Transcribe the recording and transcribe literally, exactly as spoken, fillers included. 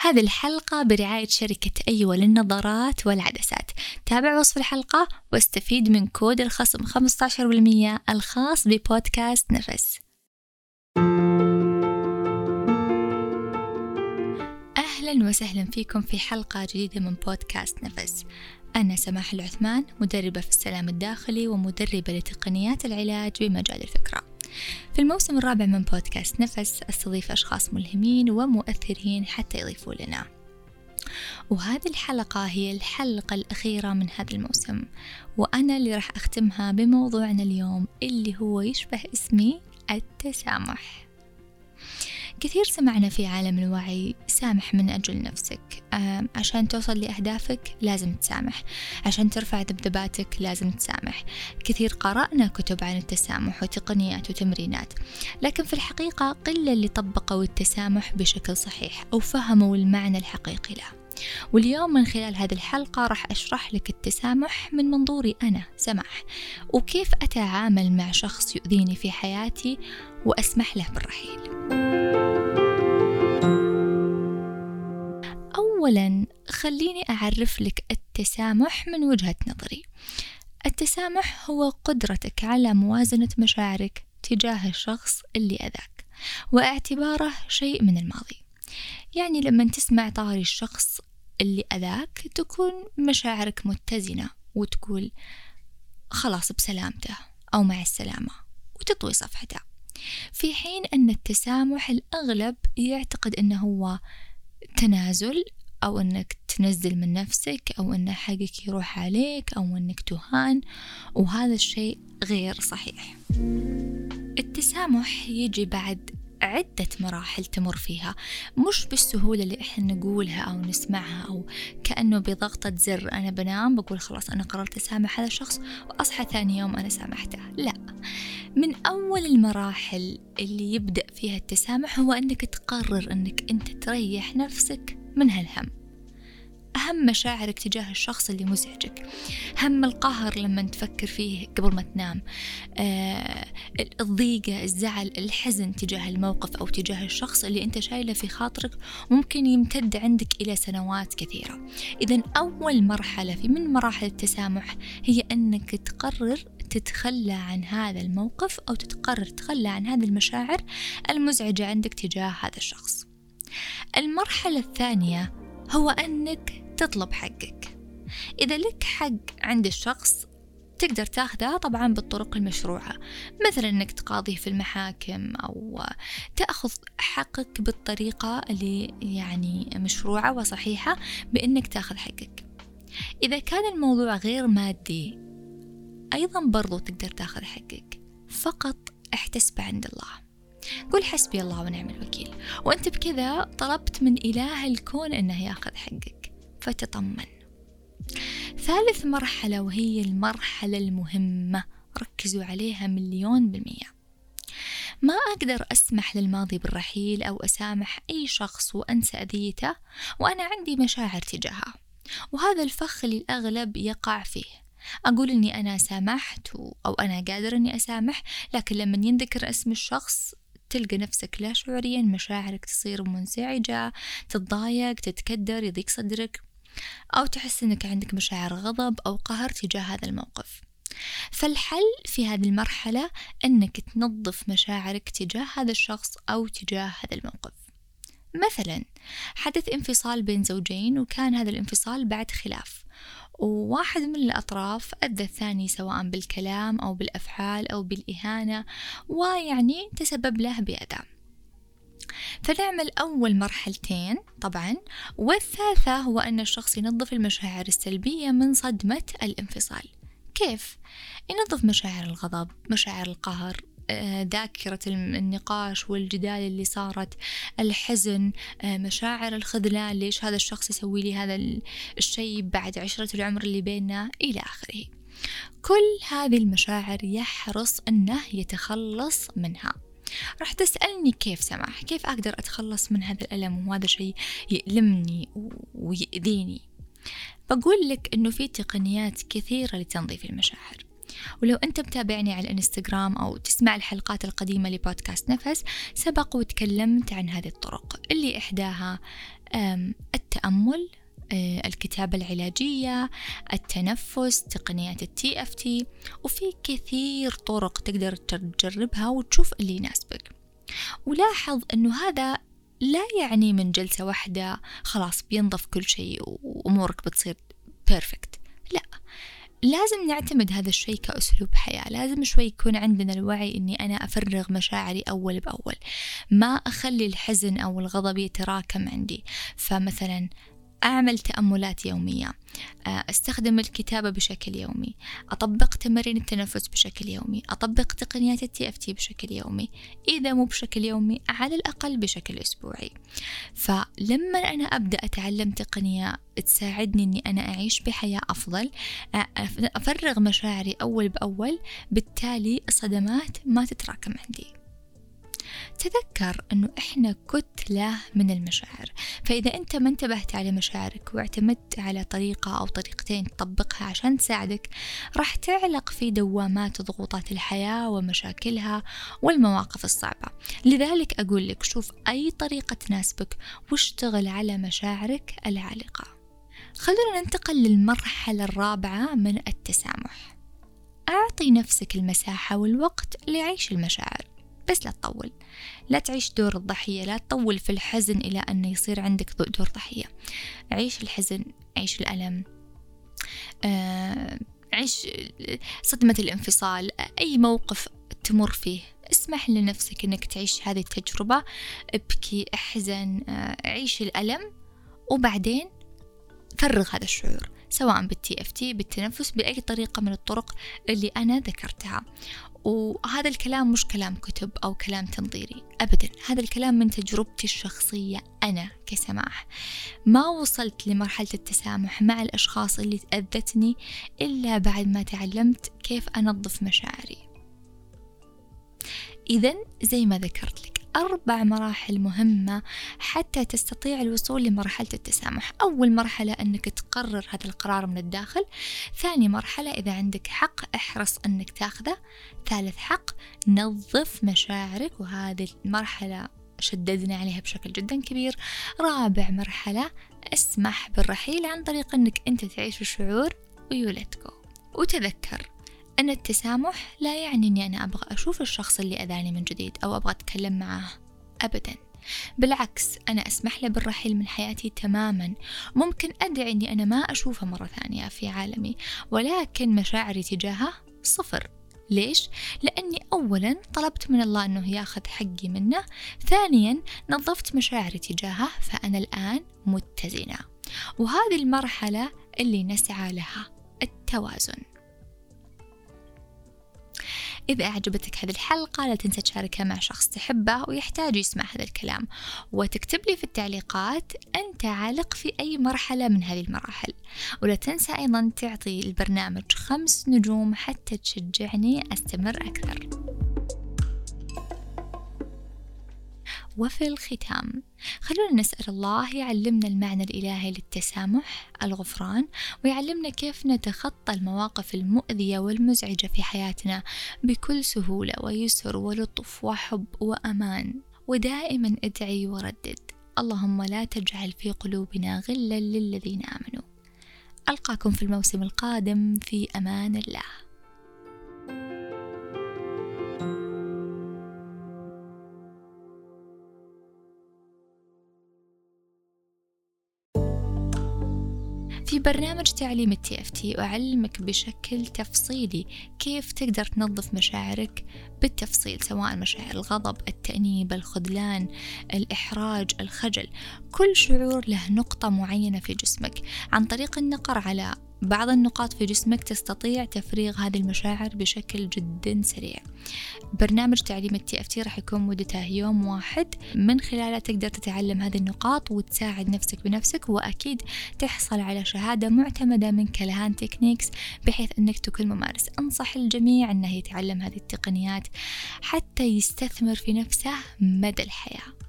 هذه الحلقة برعاية شركة أيوة للنظارات والعدسات. تابع وصف الحلقة واستفيد من كود الخصم خمسة عشر بالمية الخاص ببودكاست نفس. أهلا وسهلا فيكم في حلقة جديدة من بودكاست نفس. أنا سماح العثمان، مدربة في السلام الداخلي ومدربة لتقنيات العلاج بمجال الفكرة. في الموسم الرابع من بودكاست نفس أستضيف أشخاص ملهمين ومؤثرين حتى يضيفوا لنا، وهذه الحلقة هي الحلقة الأخيرة من هذا الموسم، وأنا اللي راح أختمها بموضوعنا اليوم اللي هو يشبه اسمي التسامح. كثير سمعنا في عالم الوعي سامح من أجل نفسك، عشان توصل لأهدافك لازم تسامح، عشان ترفع ذبذباتك لازم تسامح. كثير قرأنا كتب عن التسامح وتقنيات وتمرينات، لكن في الحقيقة قلة اللي طبقوا التسامح بشكل صحيح أو فهموا المعنى الحقيقي له. واليوم من خلال هذه الحلقة راح أشرح لك التسامح من منظوري أنا سماح، وكيف أتعامل مع شخص يؤذيني في حياتي وأسمح له بالرحيل. أولاً خليني أعرف لك التسامح من وجهة نظري. التسامح هو قدرتك على موازنة مشاعرك تجاه الشخص اللي أذاك واعتباره شيء من الماضي. يعني لما تسمع طاري الشخص اللي أذاك تكون مشاعرك متزنة وتقول خلاص بسلامته أو مع السلامة وتطوي صفحته، في حين أن التسامح الأغلب يعتقد أنه هو تنازل، أو أنك تنزل من نفسك، أو أن حقك يروح عليك، أو أنك تهان، وهذا الشيء غير صحيح. التسامح يجي بعد عدة مراحل تمر فيها، مش بالسهولة اللي إحنا نقولها أو نسمعها، أو كأنه بضغطة زر أنا بنام بقول خلاص أنا قررت أسامح هذا الشخص وأصحى ثاني يوم أنا سامحته. لا، من أول المراحل اللي يبدأ فيها التسامح هو أنك تقرر أنك أنت تريح نفسك من هالهم، أهم مشاعرك تجاه الشخص اللي مزعجك، هم القهر لما تفكر فيه قبل ما تنام، آه الضيقة، الزعل، الحزن تجاه الموقف أو تجاه الشخص اللي أنت شايله في خاطرك ممكن يمتد عندك إلى سنوات كثيرة. إذن أول مرحلة في من مراحل التسامح هي أنك تقرر تتخلى عن هذا الموقف أو تتقرر تتخلى عن هذه المشاعر المزعجة عندك تجاه هذا الشخص. المرحلة الثانية هو أنك تطلب حقك. إذا لك حق عند الشخص تقدر تاخذها طبعا بالطرق المشروعة، مثلا أنك تقاضيه في المحاكم أو تأخذ حقك بالطريقة اللي يعني مشروعة وصحيحة بأنك تاخذ حقك. إذا كان الموضوع غير مادي أيضا برضو تقدر تاخذ حقك، فقط احتسب عند الله، قل حسبي الله ونعم الوكيل، وأنت بكذا طلبت من إله الكون أنه ياخذ حقك، فتطمن. ثالث مرحلة وهي المرحلة المهمة، ركزوا عليها مليون بالمية. ما أقدر أسمح للماضي بالرحيل أو أسامح أي شخص وأنسى أذيته وأنا عندي مشاعر تجاهه، وهذا الفخ اللي الأغلب يقع فيه. أقول أني أنا سامحت أو أنا قادر أني أسامح، لكن لما ينذكر اسم الشخص تلقى نفسك لا شعوريا مشاعرك تصير منزعجة، تتضايق، تتكدر، يضيق صدرك، أو تحس أنك عندك مشاعر غضب أو قهر تجاه هذا الموقف. فالحل في هذه المرحلة أنك تنظف مشاعرك تجاه هذا الشخص أو تجاه هذا الموقف. مثلا حدث انفصال بين زوجين، وكان هذا الانفصال بعد خلاف، وواحد من الأطراف أذى الثاني سواء بالكلام أو بالأفعال أو بالإهانة، ويعني تسبب له بأذى. فنعمل أول مرحلتين طبعا، والثالثة هو أن الشخص ينظف المشاعر السلبية من صدمة الانفصال. كيف؟ ينظف مشاعر الغضب، مشاعر القهر، ذاكرة النقاش والجدال اللي صارت، الحزن، مشاعر الخذلان، ليش هذا الشخص يسوي لي هذا الشيء بعد عشرة العمر اللي بيننا إلى آخره. كل هذه المشاعر يحرص أنه يتخلص منها. راح تسألني كيف سماح، كيف أقدر أتخلص من هذا الألم وهذا شيء يؤلمني ويؤذيني؟ بقول لك أنه في تقنيات كثيرة لتنظيف المشاعر، ولو أنت متابعني على الانستغرام أو تسمع الحلقات القديمة لبودكاست نفس سبق وتكلمت عن هذه الطرق، اللي إحداها التأمل، الكتابة العلاجية، التنفس، تقنيات التي اف تي، وفي كثير طرق تقدر تجربها وتشوف اللي يناسبك. ولاحظ أنه هذا لا يعني من جلسة واحدة خلاص بينظف كل شيء وأمورك بتصير بيرفكت، لا، لازم نعتمد هذا الشيء كأسلوب حياة. لازم شوي يكون عندنا الوعي أني أنا أفرغ مشاعري أول بأول، ما أخلي الحزن أو الغضب يتراكم عندي. فمثلا أعمل تأملات يومية، أستخدم الكتابة بشكل يومي، أطبق تمارين التنفس بشكل يومي، أطبق تقنيات التي اف تي بشكل يومي، إذا مو بشكل يومي على الأقل بشكل أسبوعي. فلما أنا أبدأ أتعلم تقنية تساعدني أني أنا أعيش بحياة أفضل، أفرغ مشاعري أول بأول، بالتالي الصدمات ما تتراكم عندي. تذكر أنه إحنا كتلة من المشاعر، فإذا أنت ما انتبهت على مشاعرك واعتمدت على طريقة أو طريقتين تطبقها عشان تساعدك، راح تعلق في دوامات ضغوطات الحياة ومشاكلها والمواقف الصعبة. لذلك أقول لك شوف أي طريقة تناسبك واشتغل على مشاعرك العالقة. خلونا ننتقل للمرحلة الرابعة من التسامح. أعطي نفسك المساحة والوقت لعيش المشاعر، بس لا تطول، لا تعيش دور الضحية، لا تطول في الحزن إلى أن يصير عندك دور ضحية. عيش الحزن، عيش الألم، آه، عيش صدمة الانفصال، أي موقف تمر فيه اسمح لنفسك أنك تعيش هذه التجربة، ابكي، احزن، آه، عيش الألم، وبعدين فرغ هذا الشعور سواء بالتي اف تي، بالتنفس، بأي طريقة من الطرق اللي أنا ذكرتها. وهذا الكلام مش كلام كتب أو كلام تنظيري أبدا، هذا الكلام من تجربتي الشخصية أنا كسماح. ما وصلت لمرحلة التسامح مع الأشخاص اللي تأذتني إلا بعد ما تعلمت كيف أنظف مشاعري. إذن زي ما ذكرت لك أربع مراحل مهمة حتى تستطيع الوصول لمرحلة التسامح. أول مرحلة أنك تقرر هذا القرار من الداخل. ثاني مرحلة إذا عندك حق احرص أنك تاخذه. ثالث حق نظف مشاعرك، وهذه المرحلة شددنا عليها بشكل جدا كبير. رابع مرحلة اسمح بالرحيل عن طريق أنك أنت تعيش الشعور ويولتكو. وتذكر أن التسامح لا يعني أني أنا أبغى أشوف الشخص اللي أذاني من جديد أو أبغى أتكلم معاه أبدا، بالعكس أنا أسمح له بالرحيل من حياتي تماما. ممكن أدعي أني أنا ما أشوفه مرة ثانية في عالمي، ولكن مشاعري تجاهه صفر. ليش؟ لأني أولا طلبت من الله أنه ياخذ حقي منه، ثانيا نظفت مشاعري تجاهه، فأنا الآن متزنة. وهذه المرحلة اللي نسعى لها، التوازن. إذا أعجبتك هذه الحلقة لا تنسى تشاركها مع شخص تحبه ويحتاج يسمع هذا الكلام، وتكتب لي في التعليقات أنت عالق في أي مرحلة من هذه المراحل. ولا تنسى أيضا تعطي البرنامج خمس نجوم حتى تشجعني أستمر أكثر. وفي الختام خلونا نسأل الله يعلمنا المعنى الإلهي للتسامح، الغفران، ويعلمنا كيف نتخطى المواقف المؤذية والمزعجة في حياتنا بكل سهولة ويسر ولطف وحب وأمان. ودائما ادعي وردد اللهم لا تجعل في قلوبنا غلا للذين آمنوا. ألقاكم في الموسم القادم في أمان الله. في برنامج تعليم التي اف تي أعلمك بشكل تفصيلي كيف تقدر تنظف مشاعرك بالتفصيل، سواء مشاعر الغضب، التأنيب، الخذلان، الإحراج، الخجل. كل شعور له نقطة معينة في جسمك. عن طريق النقر على بعض النقاط في جسمك تستطيع تفريغ هذه المشاعر بشكل جدا سريع. برنامج تعليم التي اف تي راح يكون مدته يوم واحد، من خلاله تقدر تتعلم هذه النقاط وتساعد نفسك بنفسك، وأكيد تحصل على شهادة معتمدة من كلهان تكنيكس بحيث أنك تكون ممارس. أنصح الجميع أنه يتعلم هذه التقنيات حتى يستثمر في نفسه مدى الحياة.